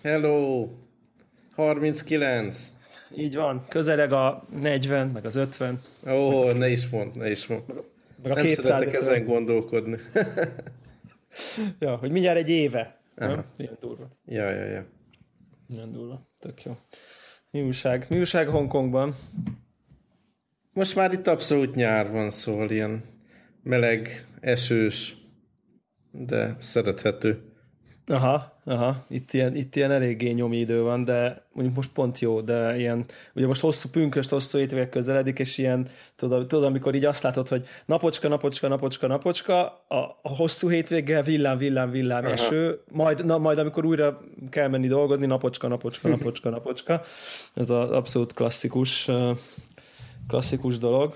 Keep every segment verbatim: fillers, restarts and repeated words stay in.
Hello! harminckilenc. Így van, közeleg a negyven, meg az ötven. Ó, meg... ne is mondd, ne is mondd. Meg a nem szeretek ezen gondolkodni. Ja, hogy mindjárt egy éve. Nem? Ilyen durva. Ja, ja, ja. Ilyen durva, tök jó. Mi újság? Mi újság Hongkongban? Most már itt abszolút nyár van, szóval ilyen meleg, esős, de szerethető. Aha, aha, itt ilyen, itt ilyen eléggé nyomi idő van, de mondjuk most pont jó, de ilyen, ugye most hosszú pünköst, hosszú étvégek közeledik, és ilyen, tudod, tudod, amikor így azt látod, hogy napocska, napocska, napocska, napocska, a, a hosszú hétvéggel villám, villám, villám, aha. eső, majd, na, majd amikor újra kell menni dolgozni, napocska, napocska, napocska, napocska. Ez az abszolút klasszikus, klasszikus dolog.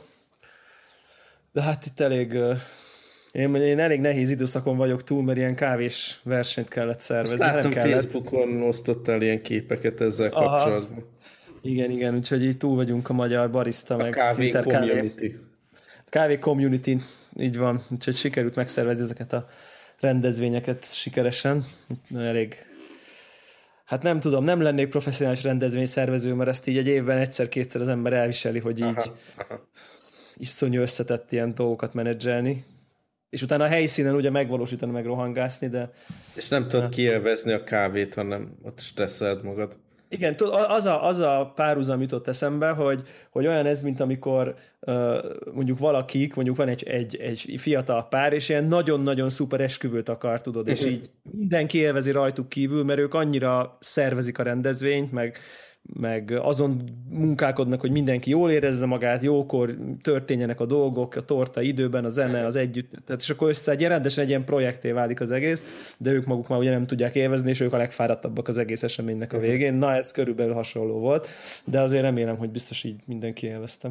De hát itt elég... Én, én elég nehéz időszakon vagyok túl, mert ilyen kávés versenyt kellett szervezni. Azt láttam, Facebookon osztottál ilyen képeket ezzel kapcsolatban. Aha. Igen, igen, úgyhogy így túl vagyunk a magyar barista, a meg kávé community. Kávé. kávé community, így van. Úgyhogy sikerült megszervezni ezeket a rendezvényeket sikeresen. Elég... Hát nem tudom, nem lennék professzionális rendezvényszervező, mert ezt így egy évben egyszer-kétszer az ember elviseli, hogy így aha, aha. iszonyú összetett ilyen dolgokat menedzselni. És utána a helyszínen ugye megvalósítani, meg rohangászni, de... És nem tudod kielvezni a kávét, hanem ott stresszeled magad. Igen, az a, az a párhuzam jutott eszembe, hogy, hogy olyan ez, mint amikor uh, mondjuk valakik, mondjuk van egy, egy, egy fiatal pár, és ilyen nagyon-nagyon szuper esküvőt akar, tudod, és így mindenki élvezi rajtuk kívül, mert ők annyira szervezik a rendezvényt, meg meg azon munkálkodnak, hogy mindenki jól érezze magát, jókor történjenek a dolgok, a torta időben, a zene, az együtt, tehát és akkor össze egy rendesen egy ilyen projekté válik az egész, de ők maguk már ugye nem tudják élvezni, és ők a legfáradtabbak az egész eseménynek a végén. Na, ez körülbelül hasonló volt, de azért remélem, hogy biztos így mindenki élvezte.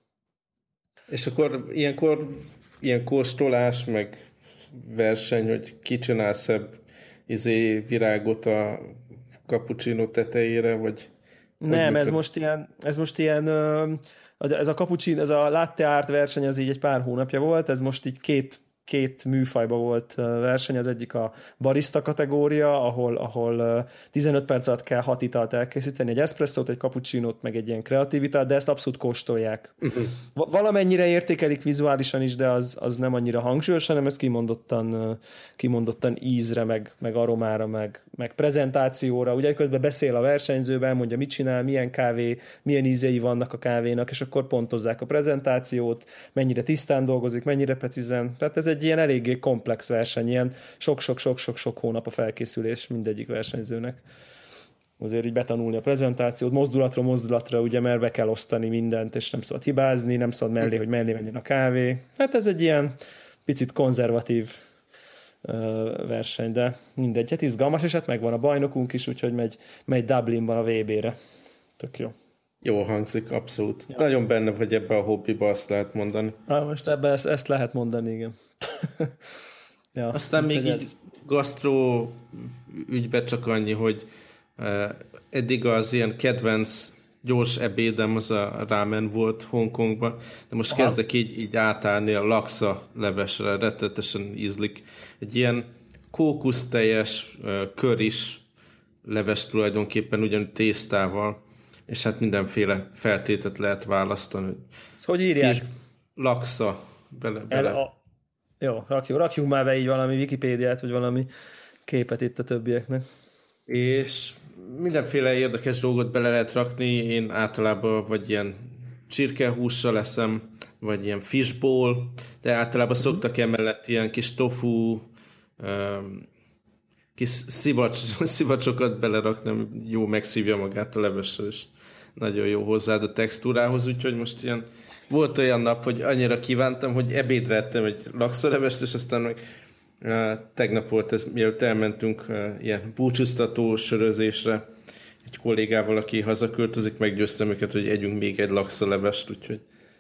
És akkor ilyenkor ilyen kóstolás, meg verseny, hogy ki csinál szebb izé, virágot a cappuccino tetejére, vagy nem, ez most ilyen, ez most ilyen, ez a cappuccino, ez a latte art verseny, az így egy pár hónapja volt, ez most így két, két műfajba volt verseny, az egyik a barista kategória, ahol, ahol tizenöt perc alatt kell hat italt elkészíteni, egy eszpresszót, egy cappuccinót, meg egy ilyen kreatív italt, de ezt abszolút kóstolják. Uh-huh. Valamennyire értékelik vizuálisan is, de az, az nem annyira hangsúlyos, hanem ez kimondottan, kimondottan ízre, meg, meg aromára, meg, meg prezentációra. Ugye közben beszél a versenyző, elmondja, mit csinál, milyen kávé, milyen ízei vannak a kávénak, és akkor pontozzák a prezentációt, mennyire tisztán dolgozik, mennyire precízen. Tehát ez egy ilyen eléggé komplex verseny, ilyen sok-sok-sok-sok hónap a felkészülés mindegyik versenyzőnek. Azért így betanulni a prezentációt, mozdulatról mozdulatra, ugye, mert be kell osztani mindent, és nem szabad hibázni, nem szabad mellé, hogy mellé menjen a kávé. Hát ez egy ilyen picit konzervatív uh, verseny, de mindegy, hát izgalmas, és hát megvan a bajnokunk is, úgyhogy megy, megy Dublinban a vé bére. Tök jó. Jó hangzik, abszolút. Ja. Nagyon benne vagy ebbe a hobbiba, azt lehet mondani. Na, most ebben ezt, ezt lehet mondani, igen. Ja, aztán még így gasztró ügybe csak annyi, hogy uh, eddig az ilyen kedvenc gyors ebédem az a ramen volt Hongkongban, de most aha. kezdek így, így átállni a laksa levesre, rettetesen ízlik. Egy ilyen kókuszteljes, uh, köris leves tulajdonképpen ugyanúgy tésztával, és hát mindenféle feltétet lehet választani. Ezt hogy írják? Fish, laksa. Bele, bele. El, a... Jó, rakjunk, rakjunk már be így valami Wikipédiát, vagy valami képet itt a többieknek. És mindenféle érdekes dolgot bele lehet rakni. Én általában vagy ilyen csirkehússal leszem, vagy ilyen fishbowl, de általában uh-huh. szoktak emellett ilyen kis tofu, um, kis szivacs, szivacsokat belerakni, jó megszívja magát a levesre, és nagyon jó hozzáad a textúrához, úgyhogy most ilyen volt olyan nap, hogy annyira kívántam, hogy ebédre ettem egy lakszalevest, és aztán meg uh, tegnap volt ez, mielőtt elmentünk uh, ilyen búcsúztató sörözésre egy kollégával, aki hazaköltözik, meggyőztem őket, hogy együnk még egy lakszalevest, úgyhogy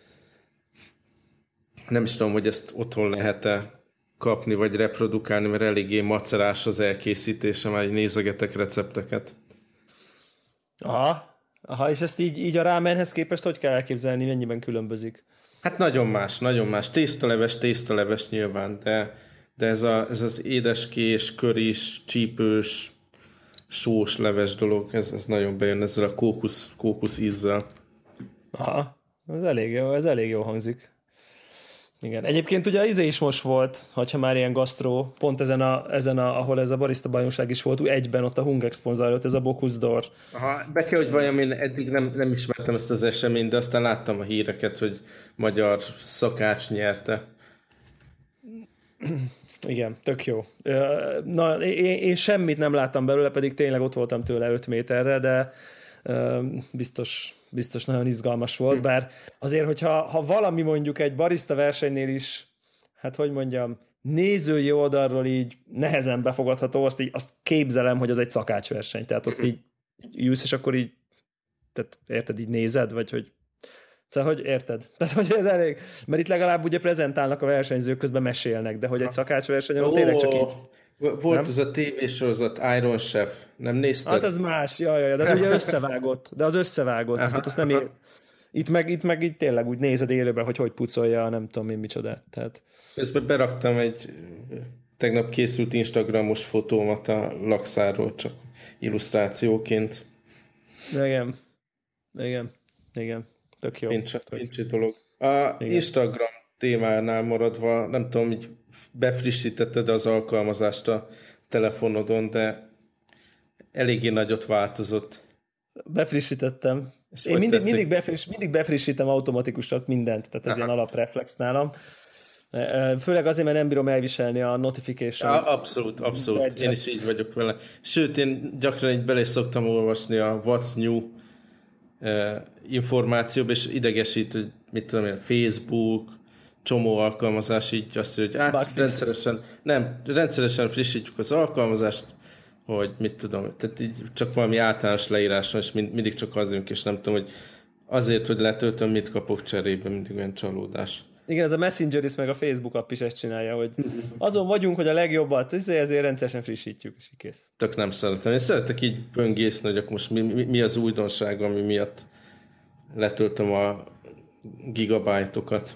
nem is tudom, hogy ezt otthon lehet-e kapni, vagy reprodukálni, mert eléggé macerás az elkészítése, már így nézegetek recepteket. Aha, aha, és ezt így, így a rámenhez képest hogy kell elképzelni, mennyiben különbözik? Hát nagyon más, nagyon más. Tésztaleves, tésztaleves nyilván, de, de ez, a, ez az édeskés, köris, csípős, sós leves dolog, ez, ez nagyon bejön ezzel a kókusz, kókusz ízzel. Aha, ez elég jó, ez elég jó hangzik. Igen. Egyébként ugye az izé is most volt, hogyha már ilyen gasztró, pont ezen, a, ezen a, ahol ez a barista bajnokság is volt, egyben ott a Hungexpon zajlott, ez a Bocuse d'Or. Aha, be kell, hogy valljam, én eddig nem, nem ismertem ezt az eseményt, de aztán láttam a híreket, hogy magyar szakács nyerte. Igen, tök jó. Na, én, én semmit nem láttam belőle, pedig tényleg ott voltam tőle öt méterre, de biztos, biztos nagyon izgalmas volt, bár azért, hogyha ha valami mondjuk egy barista versenynél is, hát hogy mondjam, nézői oldalról így nehezen befogadható, azt így azt képzelem, hogy az egy szakácsverseny, tehát ott így, így ülsz, és akkor így, tehát érted, így nézed, vagy hogy tehát, hogy érted? Tehát, hogy ez elég, mert itt legalább ugye prezentálnak a versenyzők, közben mesélnek, de hogy egy szakácsversenyen oh, tényleg csak így... Volt nem? Az a tévésorozat Iron Chef, nem nézted? Hát az más, jaj, jaj, de az ugye összevágott, de az összevágott, aha, tehát azt nem ér... Itt meg, itt meg így tényleg úgy nézed élőben, hogy hogy pucolja, nem tudom én micsodát. Tehát... Közben beraktam egy tegnap készült Instagramos fotómat a lakszáról, csak illusztrációként. Igen, igen, igen. Tök jó. Nincs, nincs dolog. A igen. Instagram témánál maradva, nem tudom, így befrissítetted az alkalmazást a telefonodon, de eléggé nagyot változott. Befrissítettem. És én mindig, mindig, befriss, mindig befrissítem automatikusan mindent, tehát ez aha. ilyen alapreflex nálam. Főleg azért, mert nem bírom elviselni a notification. Ja, abszolút, abszolút. Badge-et. Én is így vagyok vele. Sőt, én gyakran így bele is szoktam olvasni a What's New információba, és idegesít, hogy mit tudom én, Facebook, csomó alkalmazás így azt mondja, hogy át, rendszeresen, nem, rendszeresen frissítjük az alkalmazást, hogy mit tudom, tehát így csak valami általános leírás van, és mind, mindig csak az jön, és nem tudom, hogy azért, hogy letöltöm, mit kapok cserébe, mindig olyan csalódás. Igen, ez a Messenger is, meg a Facebook app is ezt csinálja, hogy azon vagyunk, hogy a legjobbat, ezért rendszeresen frissítjük, és kész. Tök nem szeretem. Én szeretek így böngészni, hogy akkor most mi, mi, mi az újdonság, ami miatt letöltöm a gigabájtokat.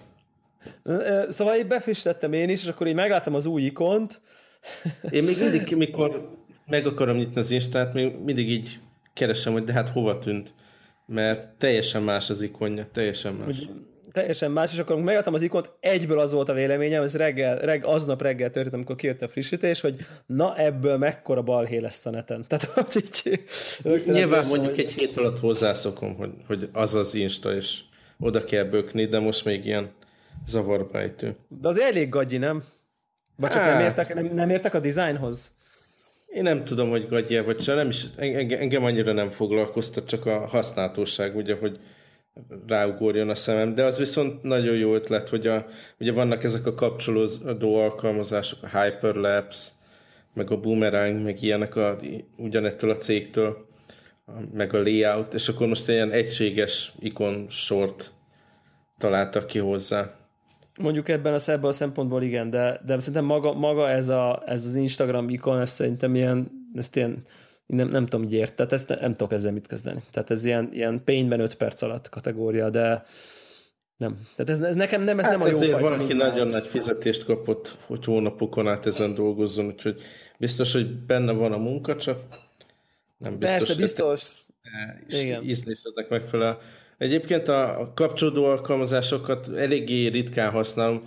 Szóval így befrissítettem én is, és akkor így megálltam az új ikont. Én még mindig, mikor meg akarom nyitni az Instát, még mindig így keresem, hogy de hát hova tűnt. Mert teljesen más az ikonja, teljesen más. Teljesen más, és akkor megadtam az ikont, egyből az volt a véleményem, ez reggel, reggel, aznap reggel történt, amikor kijött a frissítés, hogy na ebből mekkora balhé lesz a neten. Tehát, hogy így, nyilván mondjuk hogy... egy hét alatt hozzászokom, hogy, hogy az az Insta, és oda kell bökni, de most még ilyen zavarba ejtő. De az elég gagyi, nem? Vagy csak hát... nem, értek, nem, nem értek a dizájnhoz? Én nem tudom, hogy gagyi vagy sem, nem is, engem annyira nem foglalkoztat, csak a használhatóság, ugye, hogy ráugorjon a szemem, de az viszont nagyon jó ötlet, hogy a, ugye vannak ezek a kapcsolódó alkalmazások, a Hyperlapse, meg a Boomerang, meg ilyenek a, ugyanettől a cégtől, meg a Layout, és akkor most ilyen egységes ikon sort találtak ki hozzá. Mondjuk ebben a, ebben a szempontból igen, de, de szerintem maga, maga ez, a, ez az Instagram ikon, ez szerintem ilyen, ezt ilyen nem, nem tudom, így ért, tehát ezt nem tudok ezzel mit kezdeni. Tehát ez ilyen, ilyen painben öt perc alatt kategória, de nem. Tehát ez, ez nekem nem, ez hát nem a jó fajta. Valaki nagyon nagy fizetést kapott, hogy hónapokon át ezen dolgozzon, úgyhogy biztos, hogy benne van a munka, csak nem biztos. Persze, biztos. Ízlésednek megfelel. Egyébként a kapcsolódó alkalmazásokat eléggé ritkán használom,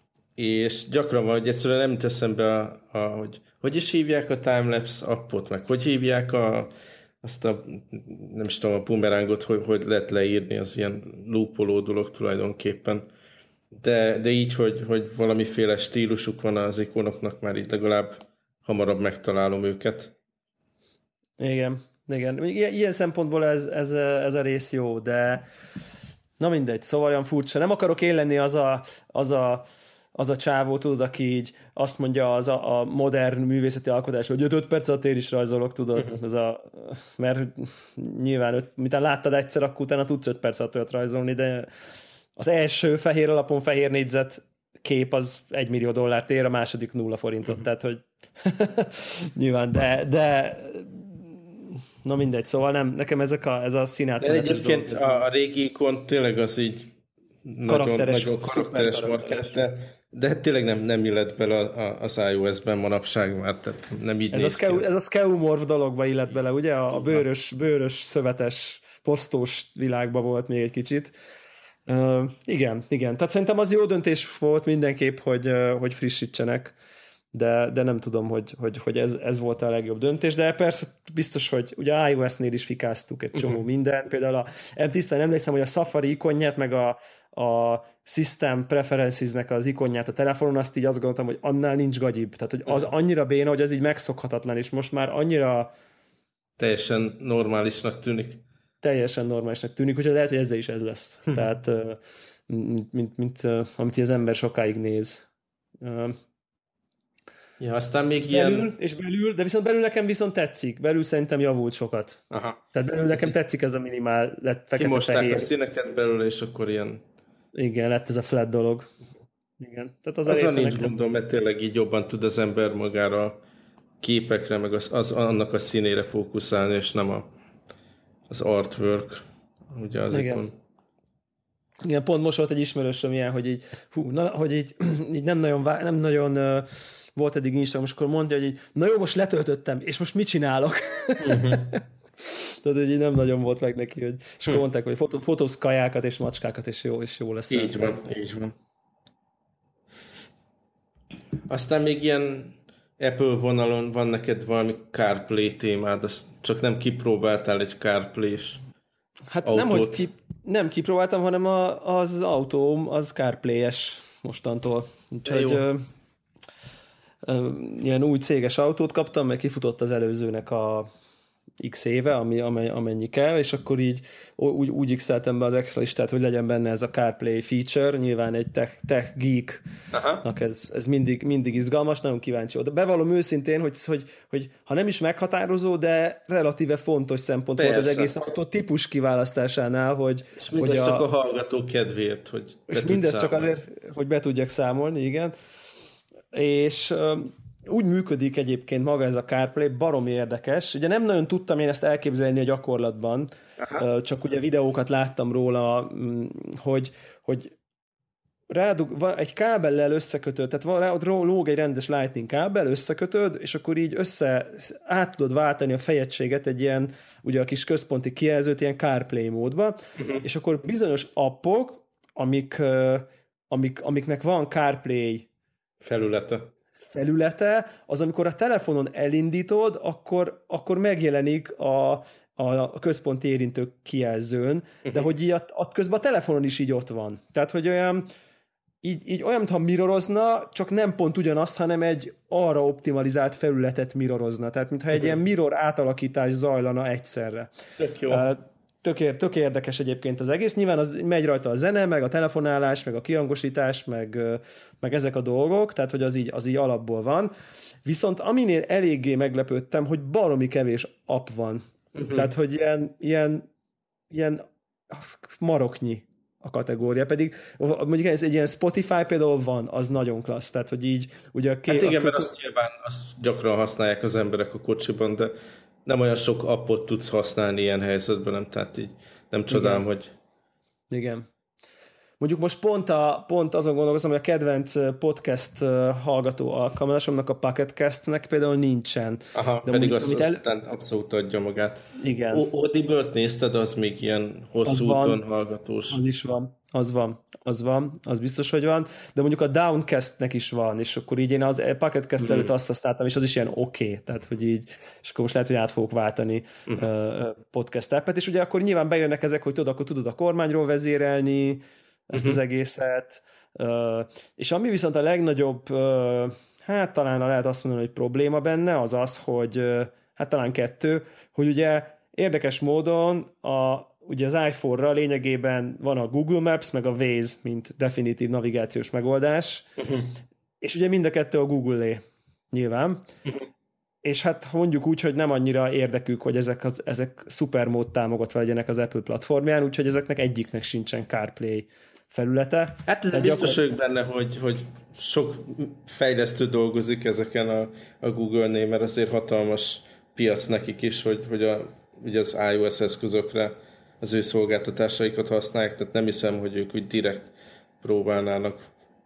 és gyakran van, hogy egyszerűen nem teszem be, a, a, hogy hogy is hívják a timelapse appot, meg hogy hívják a, azt a, nem is tudom, a Boomerangot, hogy, hogy lehet leírni, az ilyen loopoló dolog tulajdonképpen. De, de így, hogy, hogy valamiféle stílusuk van az ikonoknak, már így legalább hamarabb megtalálom őket. Igen, igen. Ilyen szempontból ez, ez, ez a rész jó, de na mindegy, szóval olyan furcsa. Nem akarok én lenni az a, az a az a csávó, tudod, aki így azt mondja az a, a modern művészeti alkotás, hogy öt perc alatt én is rajzolok, tudod, az a, mert nyilván, miután láttad egyszer, akkor utána tudsz öt perc alatt olyat rajzolni, de az első fehér alapon fehér négyzet kép az egy millió dollárt ér, a második nulla forintot, tehát, hogy nyilván, de, de na mindegy, szóval nem, nekem ezek a, ez a színátmenetes dolog. Egyébként a, a régi ikon tényleg az így karakteres, nagyon, nagyon karakteres markás, de, De tényleg nem, nem illet bele az iOS-ben manapság már, tehát nem így ez néz a skeu, ki. Ez a skeumorph dologba illet bele, ugye? A, a bőrös, bőrös, szövetes, posztós világba volt még egy kicsit. Uh, igen, igen. Tehát szerintem az jó döntés volt mindenképp, hogy, uh, hogy frissítsenek, de, de nem tudom, hogy, hogy, hogy ez, ez volt a legjobb döntés, de persze biztos, hogy ugye iOS-nél is fikáztuk egy csomó uh-huh. minden, például a, tisztán emlékszem, hogy a Safari ikonját, meg a, a System Preferences-nek az ikonját a telefonon, azt így azt gondoltam, hogy annál nincs gagyibb, tehát hogy az annyira béna, hogy ez így megszokhatatlan, és most már annyira teljesen normálisnak tűnik. Teljesen normálisnak tűnik, úgyhogy lehet, hogy ezzel is ez lesz. Hm. Tehát, mint, mint, mint amit az ember sokáig néz. Ja, aztán még és ilyen... Belül, és belül, de viszont belül nekem viszont tetszik. Belül szerintem javult sokat. Aha. Tehát belül nekem tetszik ez a minimál, lett fekete-fehér. A színeket belőle, és akkor ilyen... Igen, lett ez a flat dolog. Igen. Tehát az Azzal nincs nekem... gondom, mert tényleg így jobban tud az ember magára a képekre, meg az, az, annak a színére fókuszálni, és nem a, az artwork, ugye az Igen. ikon. Igen, pont most volt egy ismerősöm ilyen, hogy így, hú, na, hogy így, így nem nagyon, nem nagyon uh, volt eddig Instagram, és akkor mondja, hogy így, na jó, most letöltöttem, és most mit csinálok? Uh-huh. Tehát, hogy így nem nagyon volt meg neki, hogy, és akkor mondták, hogy fotó, fotóz kajákat és macskákat, és jó, és jó lesz. Így van, így van. Aztán még ilyen Apple vonalon van neked valami CarPlay témád, azt csak nem kipróbáltál egy CarPlay-s Hát autót. nem, hogy ki, nem kipróbáltam, hanem a, az autóm, az CarPlay-es mostantól. Úgyhogy ö, ö, ilyen új céges autót kaptam, mert kifutott az előzőnek a x éve, ami, amennyi kell, és akkor így úgy, úgy x-eltem be az extra listát, hogy legyen benne ez a CarPlay feature, nyilván egy tech, tech geeknak ez, ez mindig, mindig izgalmas, nagyon kíváncsi. De bevallom őszintén, hogy, hogy, hogy ha nem is meghatározó, de relatíve fontos szempont Persze. volt az egész autó típus kiválasztásánál, hogy... És mindez csak a, a hallgató kedvéért, hogy És mindez csak azért, hogy be tudjak számolni, igen. És... úgy működik egyébként maga ez a CarPlay, baromi érdekes. Ugye nem nagyon tudtam én ezt elképzelni a gyakorlatban, Aha. csak ugye videókat láttam róla, hogy, hogy rádug, egy kábellel összekötöd, tehát van, rád lóg egy rendes lightning kábel, összekötöd, és akkor így össze, át tudod váltani a fejegységet egy ilyen, ugye a kis központi kijelzőt ilyen CarPlay módba, uh-huh. és akkor bizonyos appok, amik, amik, amiknek van CarPlay felülete, felülete, az amikor a telefonon elindítod, akkor, akkor megjelenik a, a, a központi érintő kijelzőn, uh-huh. de hogy így a, a, közben a telefonon is így ott van. Tehát, hogy olyan, így, így olyan, mintha mirrorozna, csak nem pont ugyanazt, hanem egy arra optimalizált felületet mirrorozna. Tehát, mintha uh-huh. egy ilyen mirror átalakítás zajlana egyszerre. Tök jó. Uh, Tök, tök érdekes egyébként az egész. Nyilván az megy rajta a zene, meg a telefonálás, meg a kihangosítás, meg, meg ezek a dolgok, tehát hogy az így, az így alapból van. Viszont aminél eléggé meglepődtem, hogy baromi kevés app van. Uh-huh. Tehát, hogy ilyen, ilyen, ilyen maroknyi a kategória, pedig mondjuk ez egy ilyen Spotify például van, az nagyon klassz, tehát, hogy így ugye a két... Hát igen, a... mert azt nyilván azt gyakran használják az emberek a kocsiban, de nem olyan sok appot tudsz használni ilyen helyzetben, nem, tehát így nem csodálom, Igen. hogy... Igen. Mondjuk most pont, a, pont azon gondolkozom, hogy a kedvenc podcast hallgató alkalmazásomnak, a Pocketcast-nek például nincsen. Aha, de pedig mondjuk, azt el... abszolút adja magát. Igen. Audible-t nézted, az még ilyen hosszú az úton van, hallgatós. Az is van, az van, az van, az biztos, hogy van, de mondjuk a Downcast-nek is van, és akkor így én az Pocketcast mm. előtt azt használtam, és az is ilyen oké, okay, tehát hogy így, és akkor most lehet, hogy át fogok váltani mm. uh, podcast appet, és ugye akkor nyilván bejönnek ezek, hogy tudod, akkor tudod a kormányról vezérelni, ezt uh-huh. az egészet. Uh, és ami viszont a legnagyobb, uh, hát talán lehet azt mondani, hogy probléma benne, az az, hogy uh, hát talán kettő, hogy ugye érdekes módon a, ugye az iPhone-ra lényegében van a Google Maps, meg a Waze, mint definitív navigációs megoldás, uh-huh. és ugye mind a kettő a Google-é, nyilván. Uh-huh. És hát mondjuk úgy, hogy nem annyira érdekük, hogy ezek, az, ezek szupermód támogatva legyenek az Apple platformján, úgyhogy ezeknek egyiknek sincsen CarPlay felülete. Hát ez biztos vagyok benne, hogy, hogy sok fejlesztő dolgozik ezeken a, a Google-nél, mert azért hatalmas piac nekik is, hogy, hogy a, ugye az iOS eszközökre az ő szolgáltatásaikat használják, tehát nem hiszem, hogy ők úgy direkt próbálnának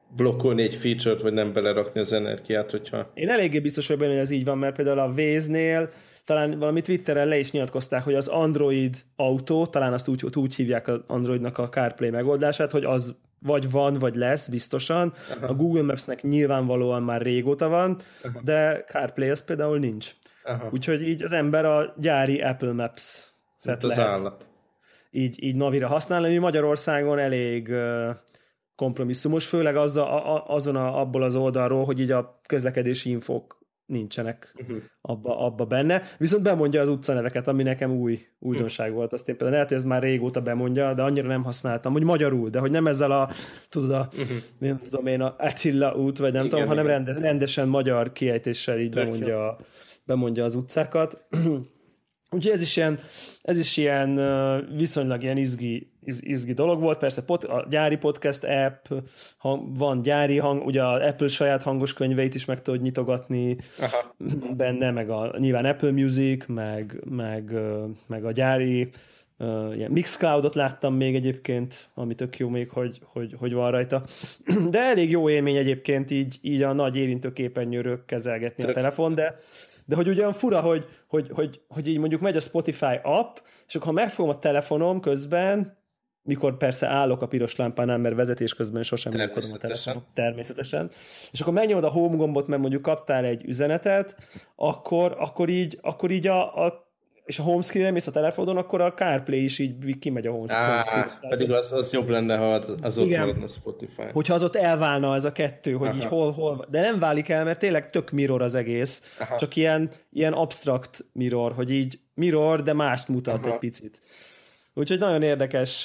blokkolni egy feature-t, vagy nem belerakni az energiát, hogyha... Én eléggé biztos vagyok benne, hogy ez így van, mert például a Waze-nél talán valami Twitteren le is nyilatkozták, hogy az Android autó, talán azt úgy, úgy hívják az Androidnak a CarPlay megoldását, hogy az vagy van, vagy lesz biztosan. Aha. A Google Maps-nek nyilvánvalóan már régóta van, aha, de CarPlay az például nincs. Aha. Úgyhogy így az ember a gyári Apple Maps-et lehet állat. Így, így navira használni, ami Magyarországon elég uh, kompromisszumos, főleg az a, a, azon a, abból az oldalról, hogy így a közlekedési infók nincsenek uh-huh. abba, abba benne. Viszont bemondja az utcaneveket, ami nekem új újdonság uh-huh. volt. Azt én például lehet, hogy ez már régóta bemondja, de annyira nem használtam, hogy magyarul, de hogy nem ezzel a, tudod, a, uh-huh. nem tudom én, a Attila út, vagy nem igen, tudom, igen. hanem rendes, rendesen magyar kiejtéssel így bemondja, bemondja az utcákat. Úgyhogy ez is ilyen, ez is ilyen viszonylag ilyen izgi, iz, izgi dolog volt. Persze pod, a gyári podcast app, hang, van gyári hang, ugye az Apple saját hangos könyveit is meg tudod nyitogatni aha. benne, meg a, nyilván Apple Music, meg, meg, meg a gyári uh, ilyen Mixcloudot láttam még egyébként, ami tök jó még, hogy, hogy, hogy van rajta. De elég jó élmény egyébként így, így a nagy érintőképernyőről kezelgetni a telefon, de De hogy ugyan fura, hogy, hogy, hogy, hogy így mondjuk megy a Spotify app, és akkor ha megfogom a telefonom közben, mikor persze állok a piros lámpánál, mert vezetés közben sosem megkodom a telefonom. Természetesen. És akkor megnyomod a home gombot, mert mondjuk kaptál egy üzenetet, akkor, akkor így, akkor így a, a és a homescreen-re mész a telefonon, akkor a CarPlay is így kimegy a homescreen. Pedig az, az jobb lenne, ha az ott maradna a Spotify. Hogyha az ott elválna ez a kettő, hogy aha. így hol, hol... De nem válik el, mert tényleg tök mirror az egész. Aha. Csak ilyen, ilyen abstrakt mirror, hogy így mirror, de mást mutat aha. egy picit. Úgyhogy nagyon érdekes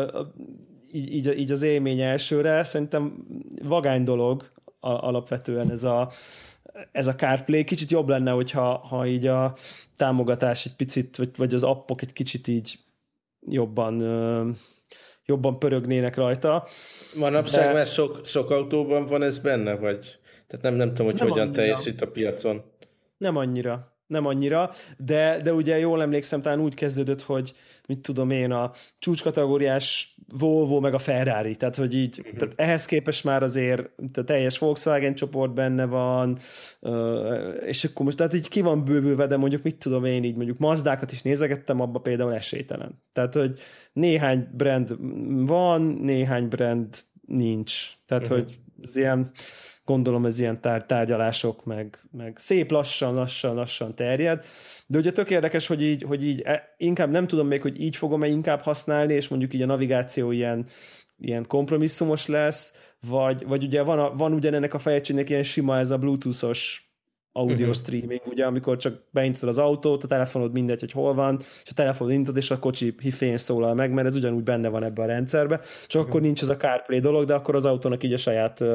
így, így, így az élmény elsőre. Szerintem vagány dolog alapvetően ez a ez a CarPlay. Kicsit jobb lenne, hogyha ha így a támogatás egy picit, vagy, vagy az appok egy kicsit így jobban, ö, jobban pörögnének rajta. Manapság de... már sok, sok autóban van ez benne, vagy? Tehát nem, nem tudom, hogy nem hogyan annyira. Teljesít a piacon. Nem annyira. Nem annyira, de, de ugye jól emlékszem, talán úgy kezdődött, hogy mit tudom én, a csúcskategóriás Volvo meg a Ferrari, tehát hogy így, uh-huh. tehát ehhez képest már azért a teljes Volkswagen csoport benne van, és akkor most tehát így ki van bővülve, de mondjuk mit tudom én így, mondjuk Mazdákat is nézegettem, abba például esélytelen. Tehát, hogy néhány brand van, néhány brand nincs. Tehát, uh-huh. hogy ez ilyen gondolom ez ilyen tár- tárgyalások, meg, meg szép lassan, lassan, lassan terjed. De ugye tök érdekes, hogy így, hogy így inkább nem tudom még, hogy így fogom-e inkább használni, és mondjuk így a navigáció ilyen, ilyen kompromisszumos lesz, vagy, vagy ugye van, a, van ugyanennek a fejegységnek ilyen sima ez a bluetoothos audio uh-huh. streaming, ugye, amikor csak beintod az autót, a telefonod mindegy, hogy hol van, és a telefonod intod, és a kocsi hifén szólal meg, mert ez ugyanúgy benne van ebben a rendszerben, csak uh-huh. akkor nincs ez a CarPlay dolog, de akkor az autónak így a saját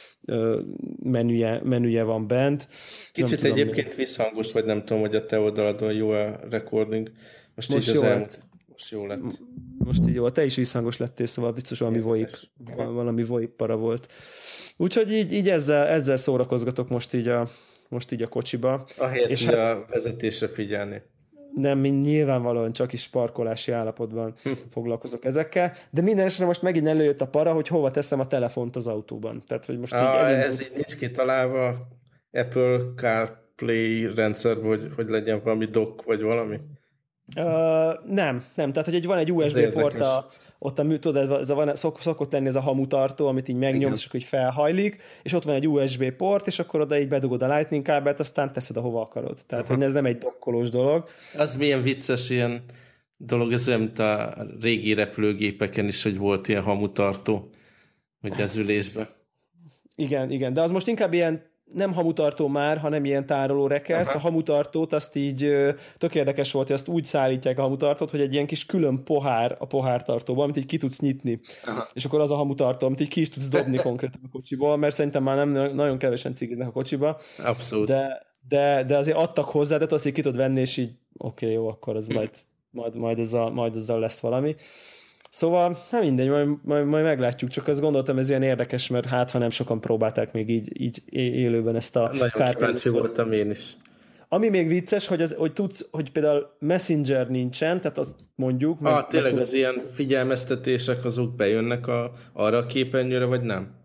menüje, menüje van bent. Kicsit tudom, egyébként visszhangos, vagy nem tudom, hogy a te oldaladon jó a recording. Most, most így az elmúlt. Most jó lett. Most így jó. Te is visszhangos lettél, szóval biztos valami VoIP, valami VoIP para volt. Úgyhogy így, így ezzel, ezzel szórakozgatok most így a, most így a kocsiba. Ahelyett, és hát, a vezetésre figyelni. Nem, nyilvánvalóan csak is parkolási állapotban hm. foglalkozok ezekkel, de minden esetre most megint előjött a para, hogy hova teszem a telefont az autóban. Tehát, hogy most ah, így ez így nincs kitalálva Apple CarPlay rendszerben, hogy, hogy legyen valami dock, vagy valami? Uh, nem, nem. Tehát, hogy egy, van egy u es bé port, a, ott a, tudod, ez a, van, szok, szokott lenni ez a hamutartó, amit így megnyomsz, és akkor így felhajlik, és ott van egy u es bé port, és akkor oda így bedugod a Lightning kábelt, aztán teszed, ahova akarod. Tehát, aha. hogy ez nem egy dokkolós dolog. Az milyen vicces ilyen dolog, ez olyan, mint a régi repülőgépeken is, hogy volt ilyen hamutartó, hogy az ülésbe. Igen, igen, de az most inkább ilyen nem hamutartó már, hanem ilyen tároló rekesz. Aha. A hamutartót azt így tök érdekes volt, hogy azt úgy szállítják a hamutartót, hogy egy ilyen kis külön pohár a pohártartóban, amit így ki tudsz nyitni. Aha. És akkor az a hamutartó, amit így ki is tudsz dobni konkrétan a kocsiból, mert szerintem már nem nagyon kevesen cigiznek a kocsiba. Abszolút. De, de, de azért adtak hozzá, de azt így ki tudod venni, és így oké, okay, jó, akkor ez majd, majd, majd, ezzel, majd ezzel lesz valami. Szóval, nem mindegy, majd, majd, majd meglátjuk, csak azt gondoltam, ez ilyen érdekes, mert hát, ha nem sokan próbálták még így, így élőben ezt a nagyon kíváncsi voltam én is. Ami még vicces, hogy, az, hogy tudsz, hogy például Messenger nincsen, tehát azt mondjuk... Ah, meg, tényleg meg, az ilyen figyelmeztetések azok bejönnek a, arra a képernyőre, vagy nem?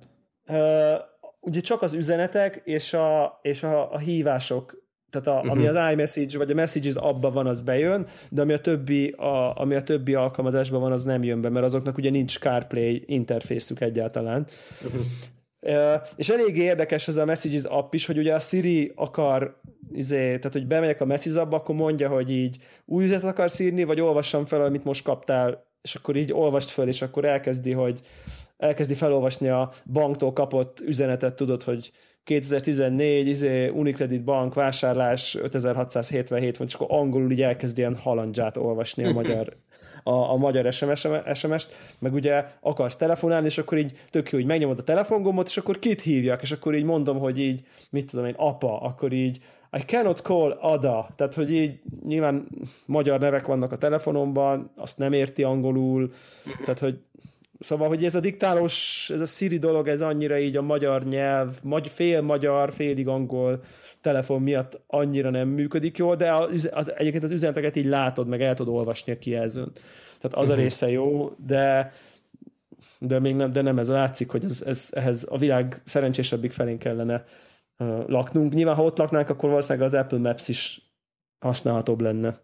uh, ugye csak az üzenetek és a, és a, a hívások, tehát a, uh-huh. ami az iMessage vagy a Messages abban van, az bejön, de ami a többi, a, ami a többi alkalmazásban van, az nem jön be, mert azoknak ugye nincs CarPlay interfészük egyáltalán. Uh-huh. Uh, és eléggé érdekes ez a Messages app is, hogy ugye a Siri akar, izé, tehát hogy bemegyek a Messages appba, akkor mondja, hogy így új üzenetet akarsz írni, vagy olvassam fel, amit most kaptál, és akkor így olvast föl, és akkor elkezdi, hogy elkezdi felolvasni a banktól kapott üzenetet, tudod, hogy kétezer-tizennégy, izé, Unicredit bank, vásárlás ötezer-hatszázhetvenhét font, és akkor angolul így elkezdi ilyen halandzsát olvasni a magyar, a, a magyar es em es-t, meg ugye akarsz telefonálni, és akkor így tök jó, hogy megnyomod a telefongombot, és akkor kit hívjak, és akkor így mondom, hogy így, mit tudom én, apa, akkor így I cannot call Ada, tehát hogy így nyilván magyar nevek vannak a telefonomban, azt nem érti angolul, tehát hogy szóval, hogy ez a diktálós, ez a Siri dolog, ez annyira így a magyar nyelv, magy, fél magyar, félig angol telefon miatt annyira nem működik jól, de az, az, egyébként az üzeneteket így látod, meg el tudod olvasni a kijelzőn. Tehát az uh-huh. a része jó, de, de még nem, de nem ez látszik, hogy ez, ez, ehhez a világ szerencsésebbik felén kellene uh, laknunk. Nyilván, ha ott laknánk, akkor valószínűleg az Apple Maps is használhatóbb lenne.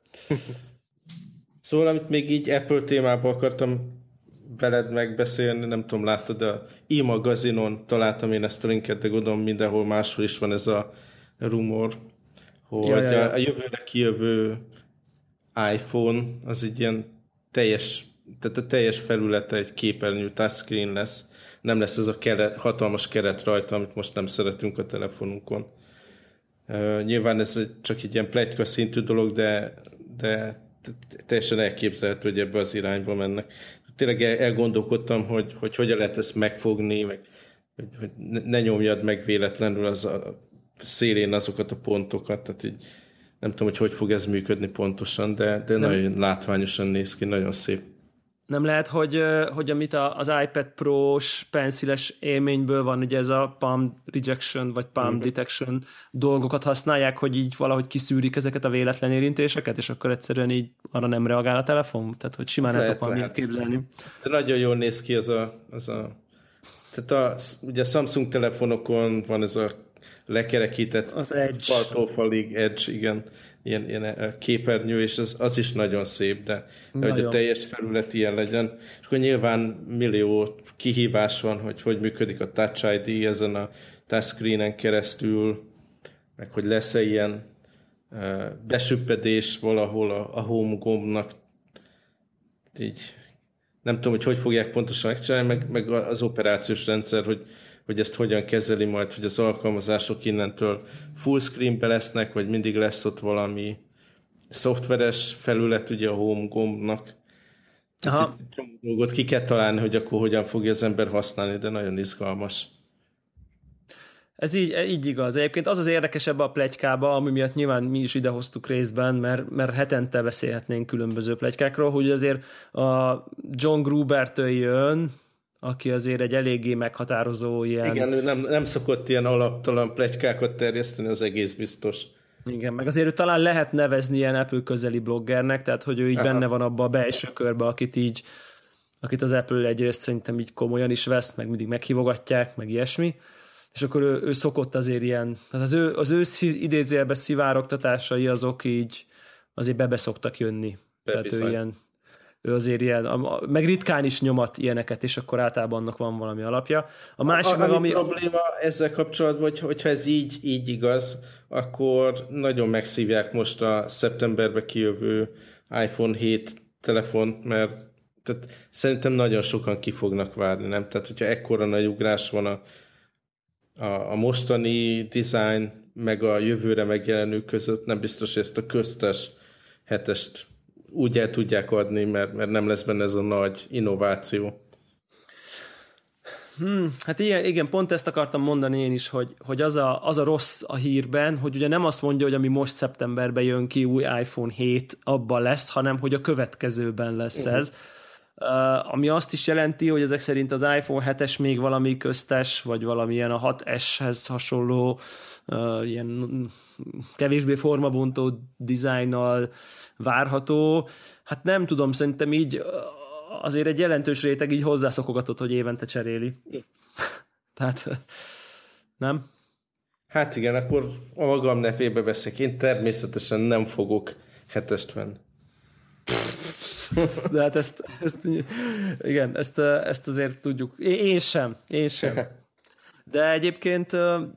Szóval, amit még így Apple témában akartam veled megbeszélni, nem tudom, láttad, de a e-magazinon találtam én ezt a linket, de gondolom mindenhol máshol is van ez a rumor, hogy ja, ja, ja. A, a jövőre kijövő iPhone az egy ilyen teljes, tehát a teljes felülete egy képernyő touchscreen lesz, nem lesz ez a keret, hatalmas keret rajta, amit most nem szeretünk a telefonunkon. Uh, nyilván ez csak egy ilyen pletyka szintű dolog, de, de teljesen elképzelhető, hogy ebbe az irányba mennek. Tényleg elgondolkodtam, hogy, hogy hogyan lehet ezt megfogni, meg, hogy, hogy ne nyomjad meg véletlenül az a szélén azokat a pontokat, tehát így nem tudom, hogy hogy fog ez működni pontosan, de, de nagyon látványosan néz ki, nagyon szép. Nem lehet, hogy, hogy amit az iPad Pro-s penciles élményből van, ugye ez a palm rejection, vagy palm mm-hmm. detection dolgokat használják, hogy így valahogy kiszűrik ezeket a véletlen érintéseket, és akkor egyszerűen így arra nem reagál a telefon? Tehát, hogy simán lehet, el tudok képzelni. De nagyon jól néz ki az a... Az a tehát a, ugye a Samsung telefonokon van ez a lekerekített az Edge. Faltól falig Edge, igen, ilyen, ilyen képernyő, és az, az is nagyon szép, de, de hogy a teljes felület ilyen legyen. És akkor nyilván millió kihívás van, hogy hogy működik a Touch i dé ezen a touchscreenen keresztül, meg hogy lesz-e ilyen uh, besüppedés valahol a, a home gombnak. Így nem tudom, hogy hogy fogják pontosan megcsinálni, meg, meg az operációs rendszer, hogy hogy ezt hogyan kezeli majd, hogy az alkalmazások innentől full screenbe lesznek, vagy mindig lesz ott valami szoftveres felület ugye a home gombnak. Tehát egy dolgot ki kell találni, hogy akkor hogyan fogja az ember használni, de nagyon izgalmas. Ez így, így igaz. Egyébként az az érdekesebb a pletykába, ami miatt nyilván mi is idehoztuk részben, mert, mert hetente beszélhetnénk különböző pletykákról, hogy azért a John Gruber-től jön, aki azért egy eléggé meghatározó ilyen... Igen, ő nem, nem szokott ilyen alaptalan pletykákat terjeszteni, az egész biztos. Igen, meg azért ő talán lehet nevezni ilyen Apple közeli bloggernek, tehát hogy ő így Aha. benne van abba a belső körbe, akit így, akit az Apple egyrészt szerintem így komolyan is vesz, meg mindig meghívogatják, meg ilyesmi, és akkor ő, ő szokott azért ilyen, tehát az ő, az ő idézőjelbe szivárogtatásai azok így azért bebe szoktak jönni. Be tehát bizony. Ő ilyen ő azért ilyen, meg ritkán is nyomat ilyeneket, és akkor általában annak van valami alapja. A másik, a, meg, ami... probléma ezzel kapcsolatban, hogy, hogyha ez így, így igaz, akkor nagyon megszívják most a szeptemberbe kijövő iPhone hét telefont, mert tehát szerintem nagyon sokan ki fognak várni, nem? Tehát, hogyha ekkora nagy ugrás van a, a, a mostani design, meg a jövőre megjelenő között, nem biztos, hogy ezt a köztes hetest úgy el tudják adni, mert, mert nem lesz benne ez a nagy innováció. Hmm, hát igen, igen, pont ezt akartam mondani én is, hogy, hogy az, a, az a rossz a hírben, hogy ugye nem azt mondja, hogy ami most szeptemberben jön ki, új iPhone hét abban lesz, hanem hogy a következőben lesz uh-huh. ez. Uh, ami azt is jelenti, hogy ezek szerint az iPhone hetes még valami köztes, vagy valamilyen a hat eshez hasonló uh, ilyen kevésbé formabontó dizájnnal várható. Hát nem tudom, szerintem így azért egy jelentős réteg így hozzászokogatott, hogy évente cseréli. Tehát nem? Hát igen, akkor a magam nevébe veszek. Én természetesen nem fogok hetest venni. De hát ezt, ezt igen, ezt, ezt azért tudjuk. Én sem, én sem. De egyébként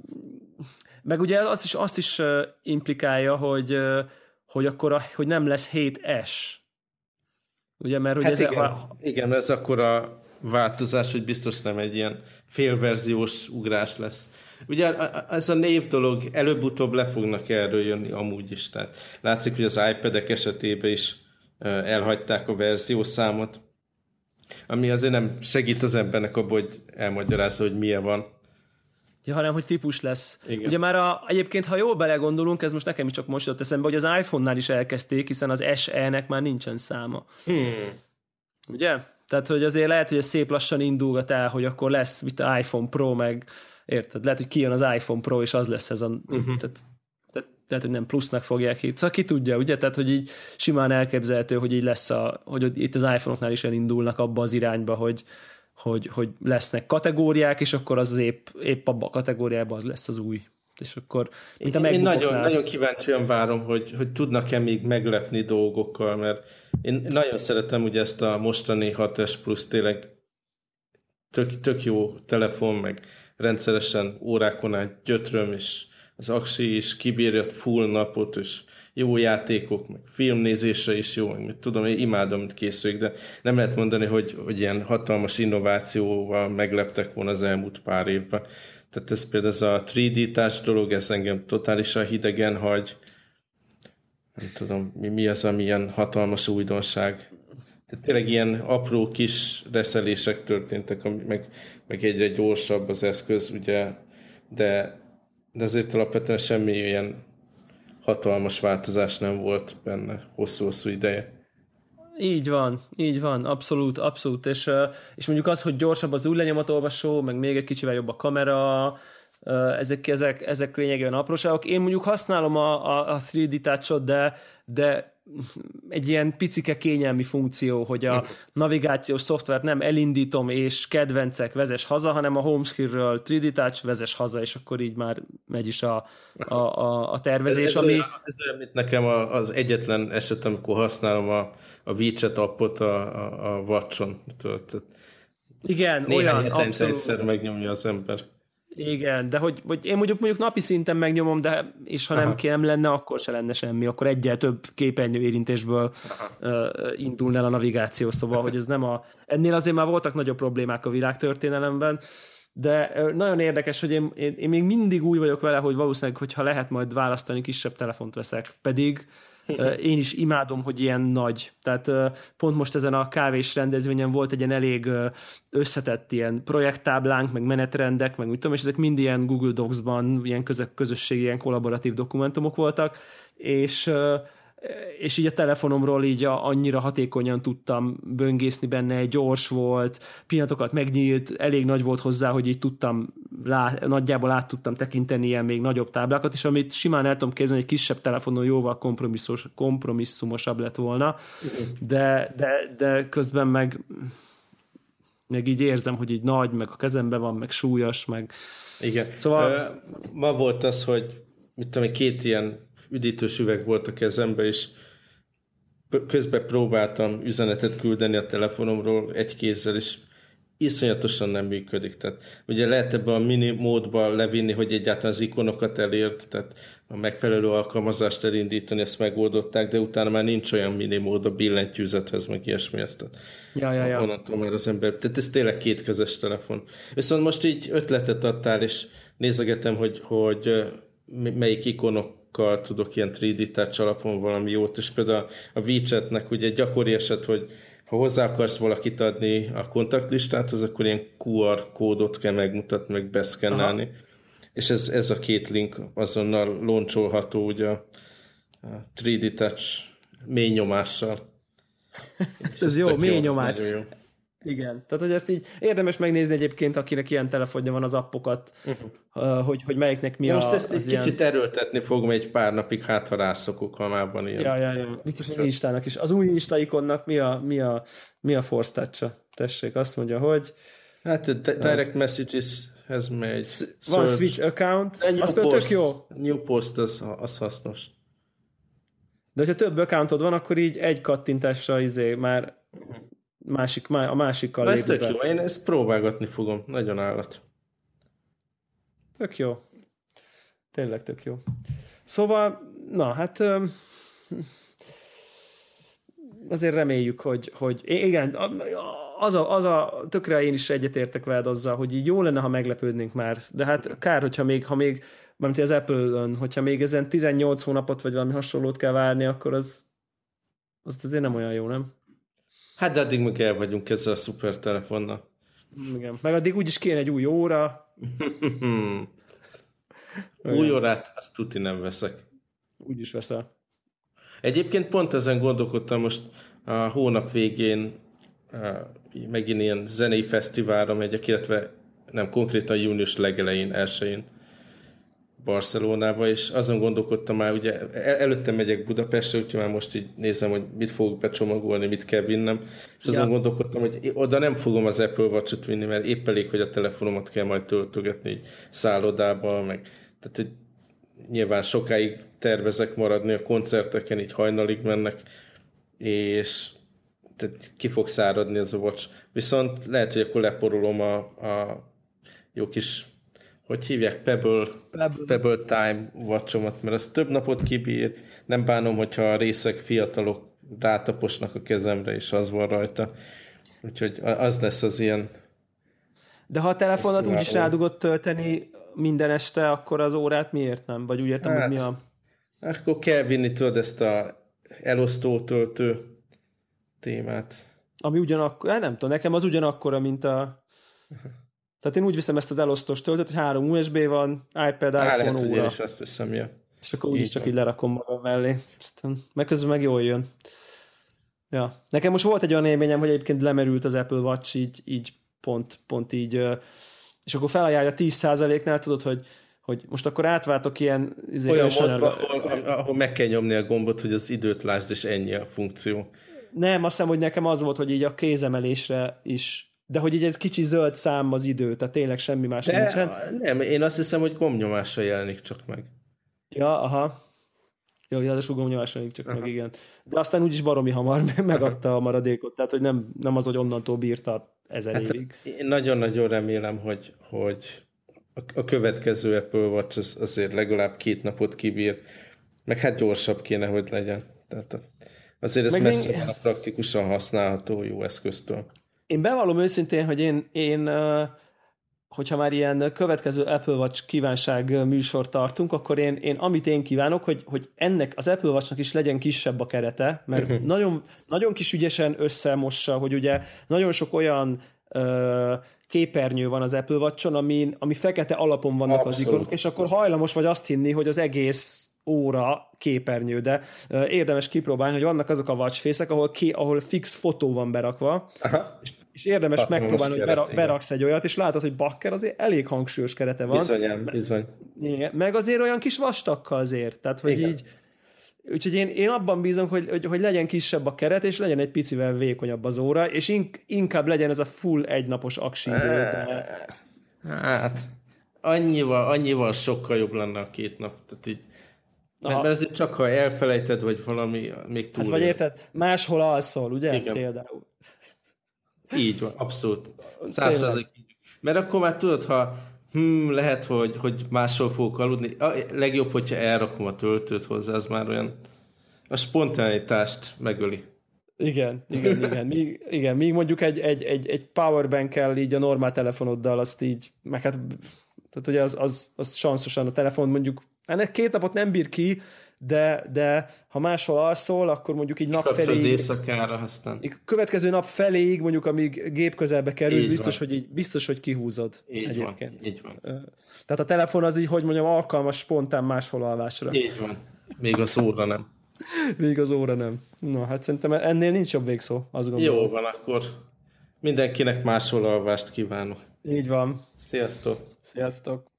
meg ugye azt is, azt is implikálja, hogy, hogy akkor a, hogy nem lesz hét es. Ugye, mert ugye hát ez igen, a... igen, ez akkor a változás, hogy biztos nem egy ilyen félverziós ugrás lesz. Ugye ez a név dolog előbb-utóbb le fognak erről jönni amúgy is. Tehát látszik, hogy az iPad-ek esetében is elhagyták a verziószámot, ami azért nem segít az embernek abban, hogy elmagyarázza, hogy milyen van. Ja, hanem, hogy típus lesz. Igen. Ugye már a, egyébként, ha jól belegondolunk, ez most nekem is csak most jutott eszembe, hogy az iPhone-nál is elkezdték, hiszen az es e-nek már nincsen száma. Hmm. Ugye? Tehát, hogy azért lehet, hogy ez szép lassan indulgat el, hogy akkor lesz mit a iPhone Pro, meg érted? Lehet, hogy kijön az iPhone Pro, és az lesz ez a... Uh-huh. Tehát, tehát lehet, hogy nem plusznak fogják hívni. Szóval ki tudja, ugye? Tehát, hogy így simán elképzelhető, hogy így lesz a... hogy itt az iPhone-oknál is elindulnak abba az irányba, hogy Hogy, hogy lesznek kategóriák, és akkor az épp, épp abban a kategóriában az lesz az új. És akkor, mint a én, én nagyon, nagyon kíváncsian várom, hogy, hogy tudnak-e még meglepni dolgokkal, mert én nagyon szeretem ugye ezt a mostani hat es Plus, tényleg tök, tök jó telefon, meg rendszeresen órákon át gyötröm, és az aksi is kibírja full napot, és jó játékok, meg filmnézésre is jó, meg tudom, én imádom, mint készüljük, de nem lehet mondani, hogy, hogy ilyen hatalmas innovációval megleptek volna az elmúlt pár évben. Tehát ez például ez a három dé touch dolog, ez engem totálisan hidegen hagy. Nem tudom, mi, mi az, ami ilyen hatalmas újdonság. Tehát tényleg ilyen apró kis reszelések történtek, meg, meg egyre gyorsabb az eszköz, ugye, de, de azért alapvetően semmi ilyen hatalmas változás nem volt benne hosszú-hosszú ideje. Így van, így van, abszolút, abszolút, és, és mondjuk az, hogy gyorsabb az új lenyomatolvasó, meg még egy kicsivel jobb a kamera, ezek, ezek, ezek lényegében apróságok. Én mondjuk használom a, a, a három dé Touch-ot, de, de egy ilyen picike kényelmi funkció, hogy a navigációs szoftvert nem elindítom, és kedvencek, vezess haza, hanem a homescreen-ről három dé Touch, vezess haza, és akkor így már megy is a, a, a, a tervezés. Ez, ez, ami... olyan, ez olyan, mint nekem az egyetlen eset, amikor használom a, a WeChat appot a, a, a Watch-on. Igen, néhány olyan, hetente abszolút. egyszer megnyomja az ember. Igen, de hogy, hogy én mondjuk mondjuk napi szinten megnyomom, de és ha nem, nem lenne, akkor se lenne semmi, akkor egyel több képernyő érintésből uh, indulna el a navigáció, szóval, hogy ez nem a... Ennél azért már voltak nagyobb problémák a világtörténelemben, de uh, nagyon érdekes, hogy én, én, én még mindig úgy vagyok vele, hogy valószínűleg, hogyha lehet majd választani, kisebb telefont veszek, pedig uh, én is imádom, hogy ilyen nagy. Tehát uh, pont most ezen a kávés rendezvényen volt egy ilyen elég uh, összetett ilyen projekttáblánk, meg menetrendek, meg úgy tudom, és ezek mind ilyen Google Docs-ban, ilyen közö- közösségi, ilyen kollaboratív dokumentumok voltak, és uh, és így a telefonomról így a, annyira hatékonyan tudtam böngészni benne, gyors volt, pillanatokat megnyílt, elég nagy volt hozzá, hogy így tudtam, lá, nagyjából át tudtam tekinteni ilyen még nagyobb táblákat, és amit simán el tudom képzelni, egy kisebb telefonon jóval kompromisszumos, kompromisszumosabb lett volna, de, de, de közben meg, meg így érzem, hogy így nagy, meg a kezemben van, meg súlyos, meg... Igen. Szóval... Uh, ma volt az, hogy mit tudom, két ilyen üdítős üveg volt a kezembe, és közben próbáltam üzenetet küldeni a telefonomról egy kézzel, és iszonyatosan nem működik. Tehát ugye lehet ebben a mini módban levinni, hogy egyáltalán az ikonokat elért, tehát a megfelelő alkalmazást elindítani, ezt megoldották, de utána már nincs olyan mini mód a billentyűzethez, meg ilyesmi ezt. Ja, ja, ja. Onnantól már az ember. Tehát ez tényleg kétkezes telefon. Viszont most így ötletet adtál, és nézegetem, hogy, hogy melyik ikonok tudok ilyen három dé Touch alapon valami jót, és például a WeChatnek ugye gyakori eset, hogy ha hozzá akarsz valakit adni a kontaktlistát, az akkor ilyen kú er kódot kell megmutatni, meg beszkennelni. Aha. És ez, ez a két link azonnal launcholható ugye a három dé Touch mély nyomással. ez jó, mély nyomás. Jó. Igen, tehát hogy ezt így érdemes megnézni egyébként, akinek ilyen telefonja van, az appokat, uh-huh. hogy, hogy melyiknek mi most a... Most ezt egy ilyen... kicsit erőltetni fogom egy pár napig, hát ha rászokok, ha már van ilyen. Ja, ja, ja. Biztos az Instának is. Az új Insta ikonnak mi a, mi a, mi a force touch-a? Tessék, azt mondja, hogy Hát direct messages-hez megy. Van switch account, az például tök jó. New post, az, az hasznos. De hogyha több accountod van, akkor így egy kattintásra izé már másik, a másikkal lépsz be. Ez tök jó, én ezt próbálgatni fogom. Nagyon állat. Tök jó. Tényleg tök jó. Szóval, na hát azért reméljük, hogy, hogy igen, az a, az a tökre én is egyetértek veled azzal, hogy így jó lenne, ha meglepődnénk már, de hát kár, hogyha még, ha még mármint az Apple-ön, hogyha még ezen tizennyolc hónapot, vagy valami hasonlót kell várni, akkor az, az azért nem olyan jó, nem? Hát de addig meg el vagyunk ezzel a szuper telefonnal. Igen, meg addig úgyis kéne egy új óra. Új órát, azt tuti nem veszek. Úgyis veszel. Egyébként pont ezen gondolkodtam most a hónap végén megint ilyen zenei fesztiválra megyek, illetve nem konkrétan június legelején, elsején Barcelonába, és azon gondolkodtam már, ugye előtte megyek Budapestre, úgyhogy már most így nézem, hogy mit fogok becsomagolni, mit kell vinnem, és azon ja. gondolkodtam, hogy oda nem fogom az Apple Watch-ot vinni, mert épp elég, hogy a telefonomat kell majd töltögetni szállodába, meg tehát, hogy nyilván sokáig tervezek maradni a koncerteken, így hajnalig mennek, és tehát ki fog száradni az a Watch. Viszont lehet, hogy akkor leporolom a, a jó kis, hogy hívják, Pebble, Pebble. Pebble Time Watchomat, mert az több napot kibír, nem bánom, hogyha a részek fiatalok rátaposnak a kezemre, és az van rajta. Úgyhogy az lesz az ilyen... De ha a telefonat úgyis rádugod tölteni minden este, akkor az órát miért nem? Vagy úgy értem, hát, hogy mi a... Akkor kell vinni, tudod, ezt a elosztó töltő témát. Ami ugyanakkor, hát nem tudom, nekem az ugyanakkora, mint a... Tehát én úgy viszem ezt az elosztós töltőt, hogy három u es bé van, iPad, Há, iPhone, lehet, óra. Én is azt viszem, ja. És akkor úgyis csak van. Így lerakom magam mellé. Meg közben meg jól jön. Ja. Nekem most volt egy olyan élményem, hogy egyébként lemerült az Apple Watch így, így pont, pont így, és akkor felajánlja tíz százaléknál, tudod, hogy, hogy most akkor átváltok ilyen... Olyan módban, ahol, ahol meg kell nyomni a gombot, hogy az időt lásd, és ennyi a funkció. Nem, azt hiszem, hogy nekem az volt, hogy így a kézemelésre is, de hogy így egy kicsi zöld szám az idő, tehát tényleg semmi más de nincsen. Nem, én azt hiszem, hogy gombnyomással jelenik csak meg. Ja, aha. Jó, ráadásul gombnyomással jelenik csak aha. meg, igen. De aztán úgyis baromi hamar megadta aha. a maradékot, tehát hogy nem, nem az, hogy onnantól bírta ezer hát évig. Én nagyon-nagyon remélem, hogy, hogy a következő Apple Watch az azért legalább két napot kibír, meg hát gyorsabb kéne, hogy legyen. Tehát azért ez meg messze van a praktikusan használható jó eszköztől. Én bevallom őszintén, hogy én, én hogyha már ilyen következő Apple Watch kívánság műsort tartunk, akkor én, én amit én kívánok, hogy, hogy ennek az Apple Watchnak is legyen kisebb a kerete, mert uh-huh. nagyon, nagyon kis ügyesen összemossa, hogy ugye nagyon sok olyan ö, képernyő van az Apple Watch-on, ami, ami fekete alapon vannak Abszolút. Az ikonok, és akkor hajlamos vagy azt hinni, hogy az egész óra képernyő, de uh, érdemes kipróbálni, hogy vannak azok a watchface-ek, ahol, ki, ahol fix fotó van berakva, és, és érdemes Hatalmas megpróbálni, keret, hogy bera, beraksz egy olyat, és látod, hogy bakker azért elég hangsúlyos kerete van. Bizonyám, bizony. Igen, meg azért olyan kis vastakkal azért, tehát hogy Igen. így úgyhogy én, én abban bízom, hogy, hogy, hogy legyen kisebb a keret, és legyen egy picivel vékonyabb az óra, és ink, inkább legyen ez a full egynapos aksi idő. De... Hát, annyival, annyival sokkal jobb lenne a két nap. Tehát így, mert, mert azért csak ha elfelejted, vagy valami még túl. Hát vagy érted, máshol alszol, ugye? Igen. Például. Így van, abszolút. Száz százalék. Mert akkor már tudod, ha hmm, lehet, hogy, hogy máshol fogok aludni. A legjobb, hogyha elrakom a töltőt hozzá, az már olyan a spontanitást megöli. Igen, igen, igen. Míg, igen, míg mondjuk egy, egy, egy, egy powerbank-kel így a normál telefonoddal azt így, meg hát, tehát ugye az, az, az sanszosan a telefon mondjuk, ennek két napot nem bír ki, de, de ha máshol alszol, akkor mondjuk így nap feléig... éjszakára aztán. Következő nap feléig, mondjuk amíg gép közelbe kerülsz, biztos hogy, így, biztos, hogy kihúzod. Így egyébként. Van, így van. Tehát a telefon az így, hogy mondjam, alkalmas spontán máshol alvásra. Így van. Még az óra nem. Még az óra nem. Na, hát szerintem ennél nincs jobb végszó, azt gondolom. Jó van, akkor mindenkinek máshol alvást kívánok. Így van. Sziasztok! Sziasztok!